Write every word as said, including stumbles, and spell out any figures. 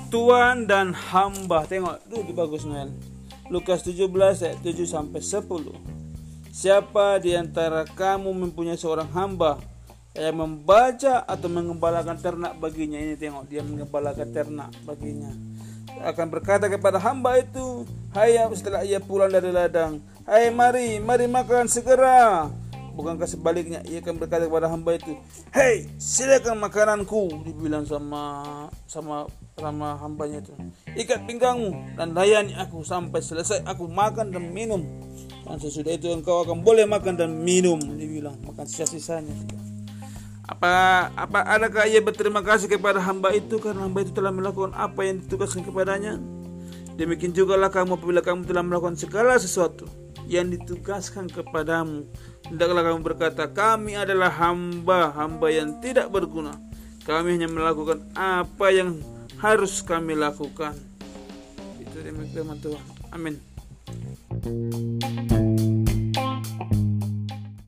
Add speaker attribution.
Speaker 1: Tuan dan hamba. Tengok, itu bagus Noel. Lukas tujuh belas ayat tujuh sampai sepuluh. Siapa di antara kamu mempunyai seorang hamba yang membaca atau mengembalakan ternak baginya? Ini tengok, dia mengembalakan ternak baginya. Akan berkata kepada hamba itu, hai, setelah ia pulang dari ladang, hai, mari, mari makan segera. Bukankah sebaliknya ia akan berkata kepada hamba itu, hei, silakan makananku. Dibilang sama sama sama hambanya itu, ikat pinggangmu dan layani aku sampai selesai aku makan dan minum. Dan sesudah itu engkau akan boleh makan dan minum. Dibilang makan sisa-sisanya. Apa apa adakah ia berterima kasih kepada hamba itu karena hamba itu telah melakukan apa yang ditugaskan kepadanya? Demikian jugalah kamu apabila kamu telah melakukan segala sesuatu yang ditugaskan kepadamu, hendaklah kamu berkata, kami adalah hamba-hamba yang tidak berguna. Kami hanya melakukan apa yang harus kami lakukan. Itu demi firman Tuhan. Amin.